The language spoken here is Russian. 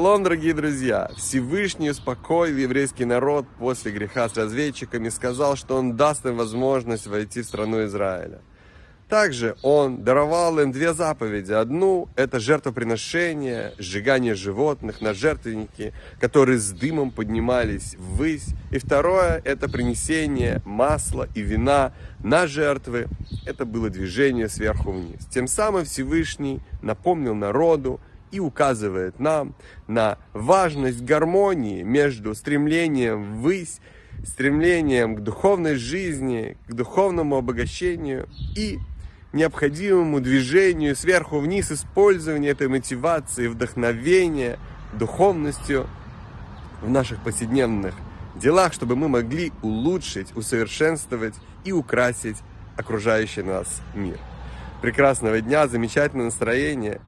Шалом, дорогие друзья! Всевышний успокоил еврейский народ после греха с разведчиками, сказал, что он даст им возможность войти в страну Израиля. Также он даровал им две заповеди. Одну – это жертвоприношение, сжигание животных на жертвенники, которые с дымом поднимались ввысь. И второе – это принесение масла и вина на жертвы. Это было движение сверху вниз. Тем самым Всевышний напомнил народу и указывает нам на важность гармонии между стремлением ввысь, стремлением к духовной жизни, к духовному обогащению и необходимому движению сверху вниз, использованию этой мотивации, вдохновения, духовностью в наших повседневных делах, чтобы мы могли улучшить, усовершенствовать и украсить окружающий нас мир. Прекрасного дня, замечательного настроения!